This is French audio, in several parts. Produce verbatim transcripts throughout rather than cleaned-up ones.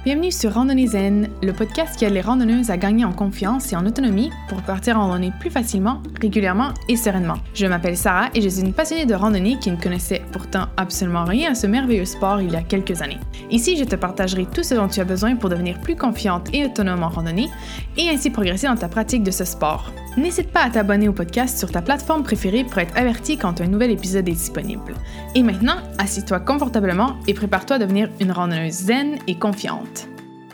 Bienvenue sur Randonnée Zen, le podcast qui aide les randonneuses à gagner en confiance et en autonomie pour partir en randonnée plus facilement, régulièrement et sereinement. Je m'appelle Sarah et je suis une passionnée de randonnée qui ne connaissait pourtant absolument rien à ce merveilleux sport il y a quelques années. Ici, je te partagerai tout ce dont tu as besoin pour devenir plus confiante et autonome en randonnée et ainsi progresser dans ta pratique de ce sport. N'hésite pas à t'abonner au podcast sur ta plateforme préférée pour être averti quand un nouvel épisode est disponible. Et maintenant, assis-toi confortablement et prépare-toi à devenir une randonneuse zen et confiante.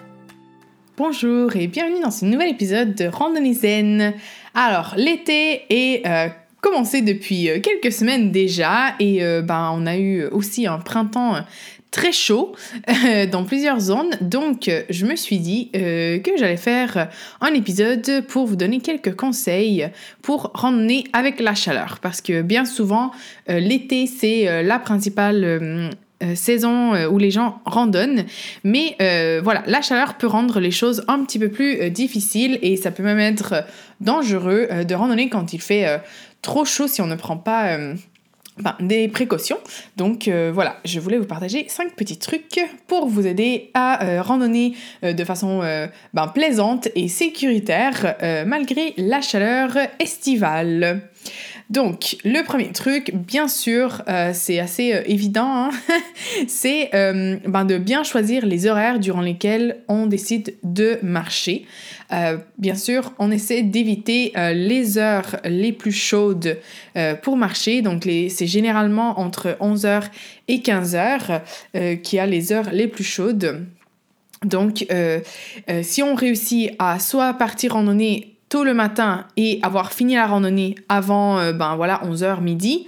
Bonjour et bienvenue dans ce nouvel épisode de Randonnée Zen. Alors, l'été est euh, commencé depuis euh, quelques semaines déjà et euh, ben, on a eu aussi un printemps euh, très chaud euh, dans plusieurs zones. Donc, euh, je me suis dit euh, que j'allais faire un épisode pour vous donner quelques conseils pour randonner avec la chaleur. Parce que bien souvent, euh, l'été, c'est euh, la principale... Euh, Euh, saison euh, où les gens randonnent, mais euh, voilà, la chaleur peut rendre les choses un petit peu plus euh, difficiles et ça peut même être euh, dangereux euh, de randonner quand il fait euh, trop chaud si on ne prend pas euh, ben, des précautions. Donc euh, voilà, je voulais vous partager cinq petits trucs pour vous aider à euh, randonner euh, de façon euh, ben, plaisante et sécuritaire euh, malgré la chaleur estivale. Donc, le premier truc, bien sûr, euh, c'est assez euh, évident, hein? c'est euh, ben, de bien choisir les horaires durant lesquels on décide de marcher. Euh, bien sûr, on essaie d'éviter euh, les heures les plus chaudes euh, pour marcher. Donc, les, c'est généralement entre onze heures et quinze heures euh, qu'il y a les heures les plus chaudes. Donc, euh, euh, si on réussit à soit partir randonner tôt le matin et avoir fini la randonnée avant euh, ben voilà onze heures midi,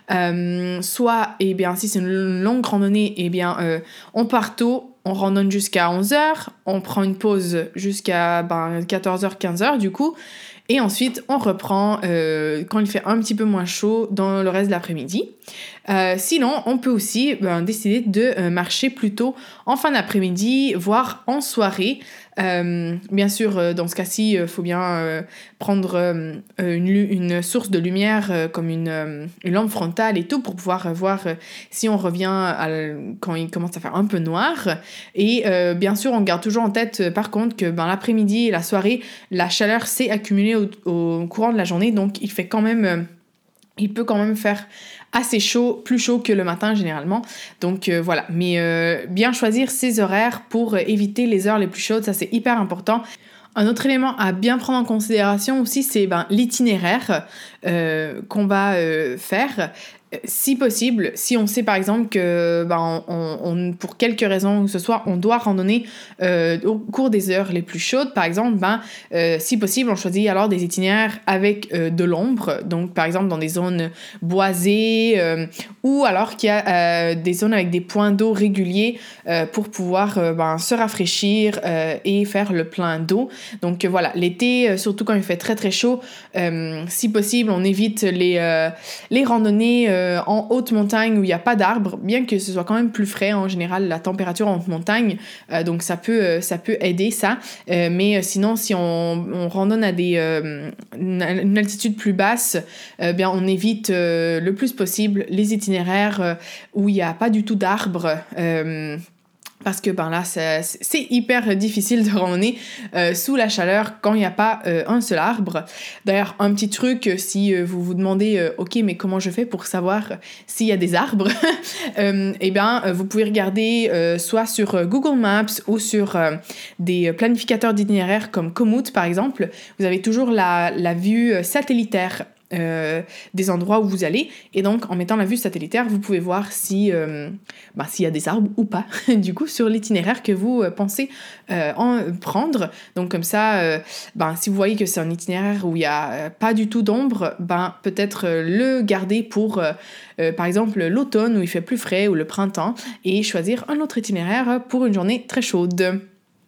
euh, soit eh bien si c'est une longue randonnée, eh bien euh, on part tôt, on randonne jusqu'à onze heures, on prend une pause jusqu'à ben, quatorze heures quinze heures du coup, et ensuite on reprend euh, quand il fait un petit peu moins chaud dans le reste de l'après-midi. Euh, sinon, on peut aussi ben, décider de euh, marcher plutôt en fin d'après-midi, voire en soirée. Euh, bien sûr, euh, dans ce cas-ci, il euh, faut bien euh, prendre euh, une, une source de lumière euh, comme une, euh, une lampe frontale et tout pour pouvoir euh, voir euh, si on revient à, quand il commence à faire un peu noir. Et euh, bien sûr, on garde toujours en tête euh, par contre que ben, l'après-midi et la soirée, la chaleur s'est accumulée au, au courant de la journée, donc il fait quand même... Euh, il peut quand même faire assez chaud, plus chaud que le matin généralement. Donc euh, voilà, mais euh, bien choisir ses horaires pour euh, éviter les heures les plus chaudes, ça c'est hyper important. Un autre élément à bien prendre en considération aussi, c'est ben, l'itinéraire euh, qu'on va euh, faire. Si possible, si on sait par exemple que ben, on, on, pour quelque raison que ce soit, on doit randonner euh, au cours des heures les plus chaudes, par exemple, ben, euh, si possible, on choisit alors des itinéraires avec euh, de l'ombre, donc par exemple dans des zones boisées euh, ou alors qu'il y a euh, des zones avec des points d'eau réguliers euh, pour pouvoir euh, ben, se rafraîchir euh, et faire le plein d'eau. Donc euh, voilà, l'été, euh, surtout quand il fait très très chaud, euh, si possible, on évite les, euh, les randonnées euh, en haute montagne où il n'y a pas d'arbres, bien que ce soit quand même plus frais en général la température en haute montagne, euh, donc ça peut, euh, ça peut aider ça, euh, mais euh, sinon si on, on randonne à des, euh, une, une altitude plus basse, euh, bien on évite euh, le plus possible les itinéraires euh, où il n'y a pas du tout d'arbres, euh, parce que ben là, c'est, c'est hyper difficile de randonner euh, sous la chaleur quand il n'y a pas euh, un seul arbre. D'ailleurs, un petit truc, si euh, vous vous demandez euh, « Ok, mais comment je fais pour savoir s'il y a des arbres ?» euh, Eh bien, euh, vous pouvez regarder euh, soit sur euh, Google Maps ou sur euh, des planificateurs d'itinéraires comme Komoot, par exemple. Vous avez toujours la, la vue satellitaire Euh, des endroits où vous allez, et donc en mettant la vue satellitaire vous pouvez voir si euh, bah, s'il y a des arbres ou pas du coup sur l'itinéraire que vous euh, pensez euh, en prendre. Donc comme ça euh, bah, si vous voyez que c'est un itinéraire où il n'y a euh, pas du tout d'ombre, bah, peut-être euh, le garder pour euh, euh, par exemple l'automne où il fait plus frais ou le printemps, et choisir un autre itinéraire pour une journée très chaude.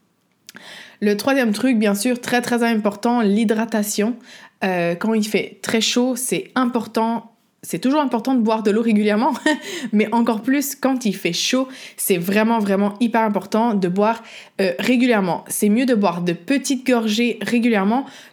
Le troisième truc, bien sûr, très très important, l'hydratation. Euh, quand il fait très chaud, c'est important, c'est toujours important de boire de l'eau régulièrement, mais encore plus quand il fait chaud, c'est vraiment vraiment hyper important de boire euh, régulièrement. C'est mieux de boire de petites gorgées régulièrement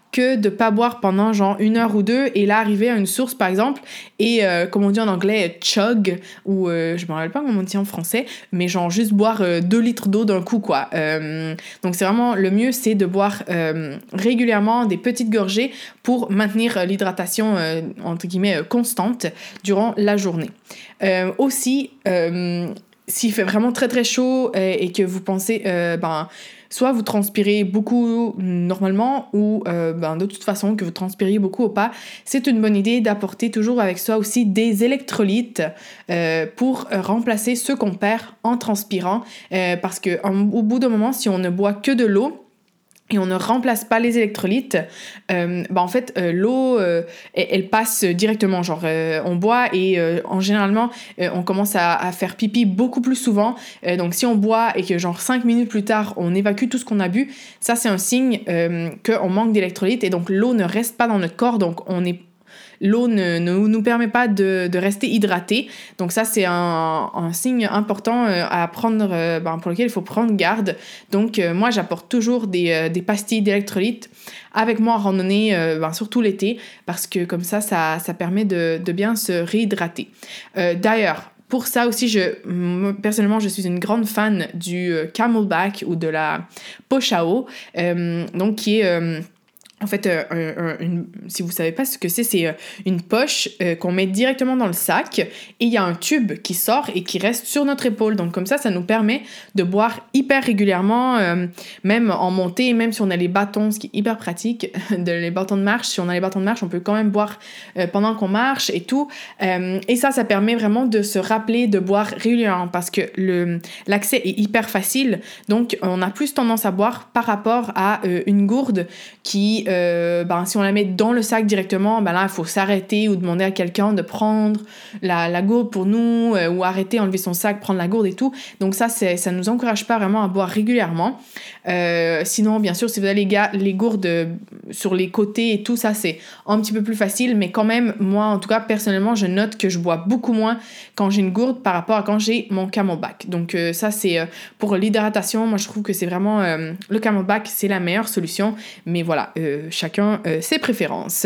que de pas boire pendant genre une heure ou deux et là arriver à une source par exemple et euh, comme on dit en anglais chug ou euh, je me rappelle pas comment on dit en français mais genre juste boire euh, deux litres d'eau d'un coup quoi. Euh, donc c'est vraiment le mieux c'est de boire euh, régulièrement des petites gorgées pour maintenir l'hydratation euh, entre guillemets euh, constante durant la journée. Euh, aussi euh, s'il fait vraiment très très chaud euh, et que vous pensez euh, ben soit vous transpirez beaucoup normalement ou euh, ben, de toute façon que vous transpiriez beaucoup ou pas, c'est une bonne idée d'apporter toujours avec soi aussi des électrolytes euh, pour remplacer ceux qu'on perd en transpirant euh, parce qu'au bout d'un moment, si on ne boit que de l'eau, et on ne remplace pas les électrolytes, euh, bah en fait, euh, l'eau, euh, elle, elle passe directement. Genre, euh, on boit et euh, en généralement, euh, on commence à, à faire pipi beaucoup plus souvent. Euh, donc, si on boit et que genre cinq minutes plus tard, on évacue tout ce qu'on a bu, ça, c'est un signe euh, qu'on manque d'électrolytes et donc l'eau ne reste pas dans notre corps. Donc, on est l'eau ne, ne nous permet pas de, de rester hydraté. Donc ça, c'est un, un signe important euh, à prendre, euh, ben, pour lequel il faut prendre garde. Donc euh, moi, j'apporte toujours des, euh, des pastilles d'électrolytes avec moi en randonnée, euh, ben, surtout l'été, parce que comme ça, ça, ça permet de, de bien se réhydrater. Euh, d'ailleurs, pour ça aussi, je, moi, personnellement, je suis une grande fan du euh, Camelback ou de la poche à eau, euh, donc qui est... Euh, En fait, euh, un, un, une, si vous savez pas ce que c'est, c'est euh, une poche euh, qu'on met directement dans le sac et il y a un tube qui sort et qui reste sur notre épaule. Donc comme ça, ça nous permet de boire hyper régulièrement, euh, même en montée, même si on a les bâtons, ce qui est hyper pratique, de, les bâtons de marche. Si on a les bâtons de marche, on peut quand même boire euh, pendant qu'on marche et tout. Euh, et ça, ça permet vraiment de se rappeler de boire régulièrement parce que le, l'accès est hyper facile. Donc on a plus tendance à boire par rapport à euh, une gourde qui... Euh, ben, si on la met dans le sac directement, ben là, il faut s'arrêter ou demander à quelqu'un de prendre la, la gourde pour nous euh, ou arrêter, enlever son sac, prendre la gourde et tout. Donc ça, c'est, ça ne nous encourage pas vraiment à boire régulièrement. Euh, sinon, bien sûr, si vous avez les, gars, les gourdes euh, sur les côtés et tout, ça, c'est un petit peu plus facile. Mais quand même, moi, en tout cas, personnellement, je note que je bois beaucoup moins quand j'ai une gourde par rapport à quand j'ai mon Camelback. Donc euh, ça, c'est euh, pour l'hydratation. Moi, je trouve que c'est vraiment... Euh, le Camelback, c'est la meilleure solution. Mais voilà, euh, chacun euh, ses préférences.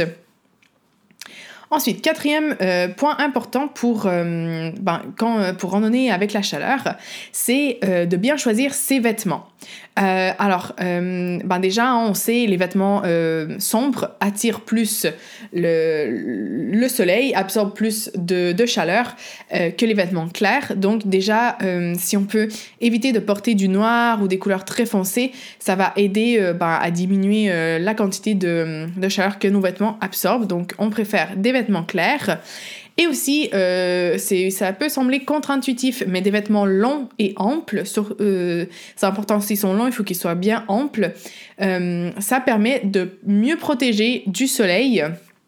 Ensuite, quatrième euh, point important pour, euh, ben, quand, euh, pour randonner avec la chaleur, c'est euh, de bien choisir ses vêtements. Euh, alors, euh, ben déjà, on sait, les vêtements euh, sombres attirent plus le, le soleil, absorbent plus de, de chaleur euh, que les vêtements clairs. Donc déjà, euh, si on peut éviter de porter du noir ou des couleurs très foncées, ça va aider euh, ben, à diminuer euh, la quantité de, de chaleur que nos vêtements absorbent. Donc, on préfère des vêtements clairs. Et aussi, euh, c'est, ça peut sembler contre-intuitif, mais des vêtements longs et amples, sur, euh, c'est important s'ils sont longs, il faut qu'ils soient bien amples. Euh, ça permet de mieux protéger du soleil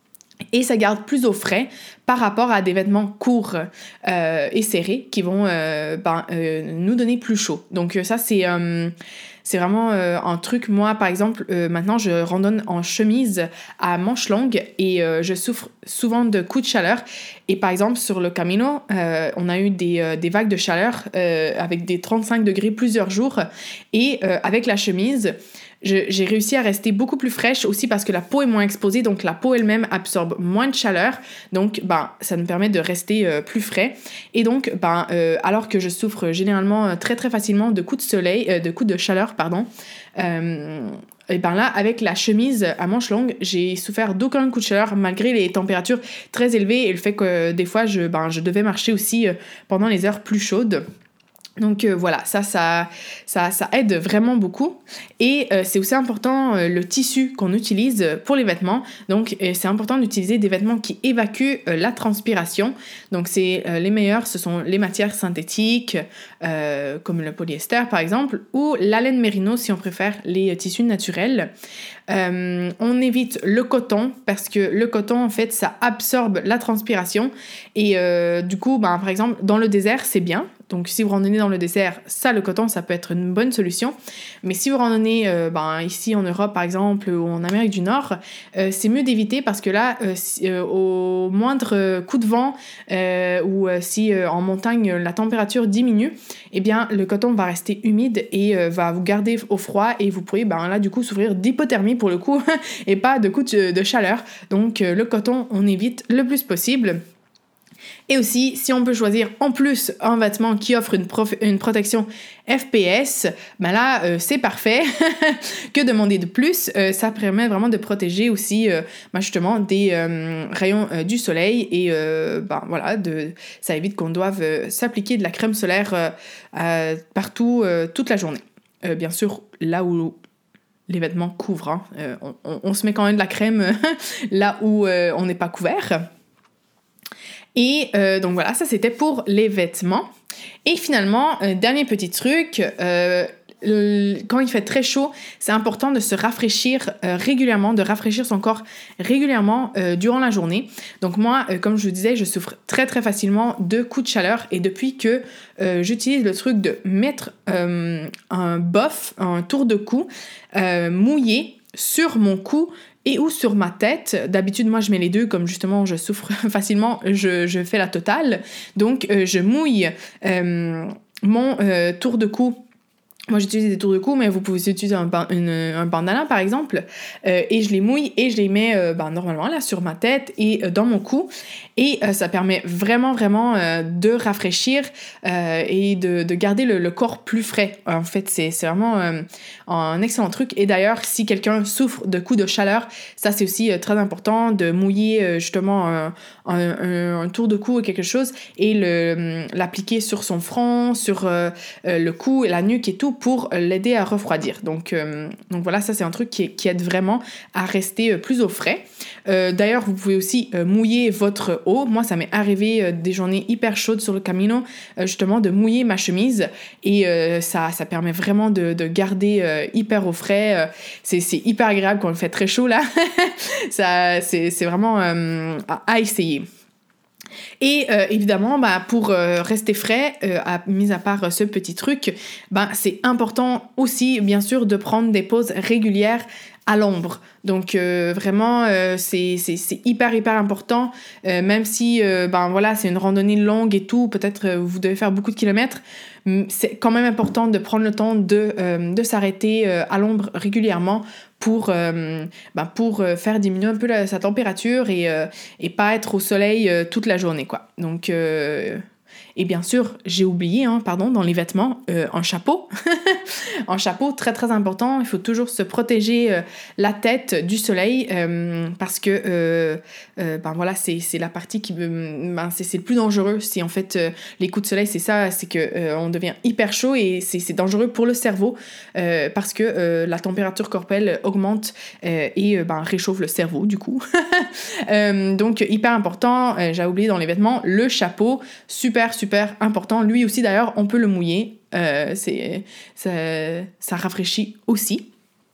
et ça garde plus au frais par rapport à des vêtements courts euh, et serrés qui vont euh, ben, euh, nous donner plus chaud. Donc ça, c'est... Euh, C'est vraiment euh, un truc, moi par exemple, euh, maintenant je randonne en chemise à manches longues et euh, je souffre souvent de coups de chaleur. Et par exemple sur le Camino, euh, on a eu des, euh, des vagues de chaleur euh, avec des trente-cinq degrés plusieurs jours. Et euh, avec la chemise, je, j'ai réussi à rester beaucoup plus fraîche aussi parce que la peau est moins exposée, donc la peau elle-même absorbe moins de chaleur. Donc ben, ça nous permet de rester euh, plus frais. Et donc, ben, euh, alors que je souffre généralement très très facilement de coups de soleil, euh, de coups de chaleur, pardon, euh, et ben là, avec la chemise à manches longues, j'ai souffert d'aucun coup de chaleur malgré les températures très élevées et le fait que des fois, je, ben, je devais marcher aussi euh, pendant les heures plus chaudes. Donc euh, voilà, ça, ça, ça, ça aide vraiment beaucoup. Et euh, c'est aussi important euh, le tissu qu'on utilise pour les vêtements. Donc euh, c'est important d'utiliser des vêtements qui évacuent euh, la transpiration. Donc c'est euh, les meilleurs, ce sont les matières synthétiques, euh, comme le polyester par exemple, ou la laine mérino si on préfère les euh, tissus naturels. Euh, on évite le coton parce que le coton en fait ça absorbe la transpiration et euh, du coup ben, par exemple dans le désert c'est bien. Donc si vous randonnez dans le désert, ça le coton ça peut être une bonne solution. Mais si vous randonnez euh, ben, ici en Europe par exemple ou en Amérique du Nord, euh, c'est mieux d'éviter parce que là euh, si, euh, au moindre coup de vent euh, ou euh, si euh, en montagne la température diminue, eh bien le coton va rester humide et euh, va vous garder au froid et vous pourriez ben, là du coup souffrir d'hypothermie pour le coup et pas de coups de, de chaleur. Donc euh, le coton, on évite le plus possible. Et aussi, si on peut choisir en plus un vêtement qui offre une, prof- une protection F P S, ben là, euh, c'est parfait. Que demander de plus? Euh, ça permet vraiment de protéger aussi, euh, ben justement, des euh, rayons euh, du soleil. Et euh, ben voilà, de, ça évite qu'on doive euh, s'appliquer de la crème solaire euh, euh, partout, euh, toute la journée. Euh, bien sûr, là où les vêtements couvrent, hein. euh, on, on, on se met quand même de la crème là où euh, on n'est pas couvert. Et euh, donc voilà, ça c'était pour les vêtements. Et finalement, euh, dernier petit truc, euh, le, quand il fait très chaud, c'est important de se rafraîchir euh, régulièrement, de rafraîchir son corps régulièrement euh, durant la journée. Donc moi, euh, comme je vous disais, je souffre très très facilement de coups de chaleur et depuis que euh, j'utilise le truc de mettre euh, un boff, un tour de cou euh, mouillé sur mon cou et ou sur ma tête. D'habitude, moi, je mets les deux, comme justement, je souffre facilement, je, je fais la totale. Donc, euh, je mouille euh, mon euh, tour de cou. Moi, j'utilise des tours de cou, mais vous pouvez utiliser un, une, un bandana, par exemple. Euh, et je les mouille et je les mets euh, ben, normalement là sur ma tête et euh, dans mon cou. Et euh, ça permet vraiment, vraiment euh, de rafraîchir euh, et de, de garder le, le corps plus frais. En fait, c'est, c'est vraiment euh, un excellent truc. Et d'ailleurs, si quelqu'un souffre de coups de chaleur, ça, c'est aussi euh, très important de mouiller euh, justement un, un, un tour de cou ou quelque chose et le, l'appliquer sur son front, sur euh, euh, le cou et la nuque et tout, pour l'aider à refroidir. Donc, euh, donc voilà, ça c'est un truc qui, qui aide vraiment à rester plus au frais. Euh, d'ailleurs, vous pouvez aussi euh, mouiller votre haut. Moi, ça m'est arrivé euh, des journées hyper chaudes sur le Camino, euh, justement de mouiller ma chemise et euh, ça, ça permet vraiment de, de garder euh, hyper au frais. Euh, c'est, c'est hyper agréable quand il fait très chaud là. ça, c'est, c'est vraiment euh, à, à essayer. Et euh, évidemment, bah, pour euh, rester frais, euh, à, mis à part euh, ce petit truc, bah, c'est important aussi, bien sûr, de prendre des pauses régulières à l'ombre. Donc euh, vraiment, euh, c'est, c'est, c'est hyper, hyper important. Euh, même si euh, ben, voilà, c'est une randonnée longue et tout, peut-être euh, vous devez faire beaucoup de kilomètres, c'est quand même important de prendre le temps de, euh, de s'arrêter euh, à l'ombre régulièrement pour, euh, ben, pour euh, faire diminuer un peu la, sa température et, euh, et pas être au soleil euh, toute la journée, quoi. Donc... Euh, Et bien sûr, j'ai oublié, hein, pardon, dans les vêtements, euh, un chapeau. Un chapeau, très très important. Il faut toujours se protéger euh, la tête du soleil euh, parce que euh, euh, ben voilà, c'est, c'est la partie qui... Ben, c'est, c'est le plus dangereux. Si en fait, euh, les coups de soleil, c'est ça, c'est qu'on euh, devient hyper chaud et c'est, c'est dangereux pour le cerveau euh, parce que euh, la température corporelle augmente euh, et euh, ben, réchauffe le cerveau, du coup. euh, donc, hyper important, euh, j'ai oublié dans les vêtements, le chapeau, super, super super important. Lui aussi, d'ailleurs, on peut le mouiller. Euh, c'est, ça, ça rafraîchit aussi.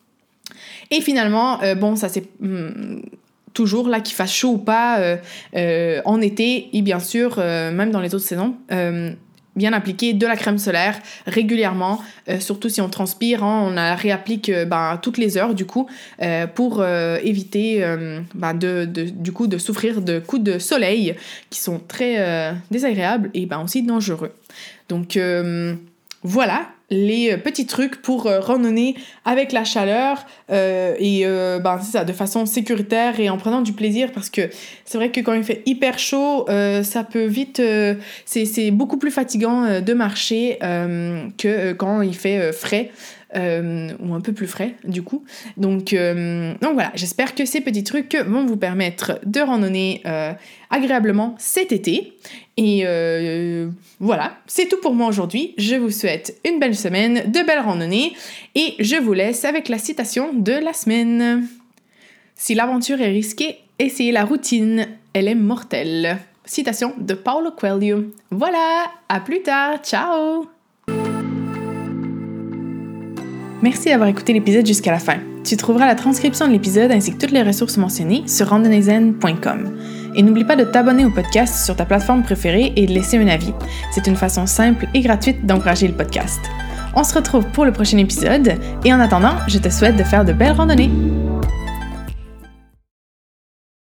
Et finalement, euh, bon, ça c'est hum, toujours là, qu'il fasse chaud ou pas, euh, euh, en été, et bien sûr, euh, même dans les autres saisons, euh, bien appliquer de la crème solaire régulièrement, euh, surtout si on transpire, hein, on la réapplique euh, ben, toutes les heures du coup, euh, pour euh, éviter euh, ben, de, de, du coup, de souffrir de coups de soleil qui sont très euh, désagréables et ben, aussi dangereux. Donc euh, voilà les petits trucs pour euh, randonner avec la chaleur euh, et euh, ben, c'est ça, de façon sécuritaire et en prenant du plaisir parce que c'est vrai que quand il fait hyper chaud, euh, ça peut vite... Euh, c'est, c'est beaucoup plus fatigant euh, de marcher euh, que euh, quand il fait euh, frais. Euh, ou un peu plus frais du coup. Donc, euh, donc voilà, j'espère que ces petits trucs vont vous permettre de randonner euh, agréablement cet été. Et euh, voilà, c'est tout pour moi aujourd'hui. Je vous souhaite une belle semaine, de belles randonnées et je vous laisse avec la citation de la semaine. Si l'aventure est risquée, essayez la routine, elle est mortelle. Citation de Paulo Coelho. Voilà, à plus tard, ciao! Merci d'avoir écouté l'épisode jusqu'à la fin. Tu trouveras la transcription de l'épisode ainsi que toutes les ressources mentionnées sur randonneyzen point com. Et n'oublie pas de t'abonner au podcast sur ta plateforme préférée et de laisser un avis. C'est une façon simple et gratuite d'encourager le podcast. On se retrouve pour le prochain épisode et en attendant, je te souhaite de faire de belles randonnées.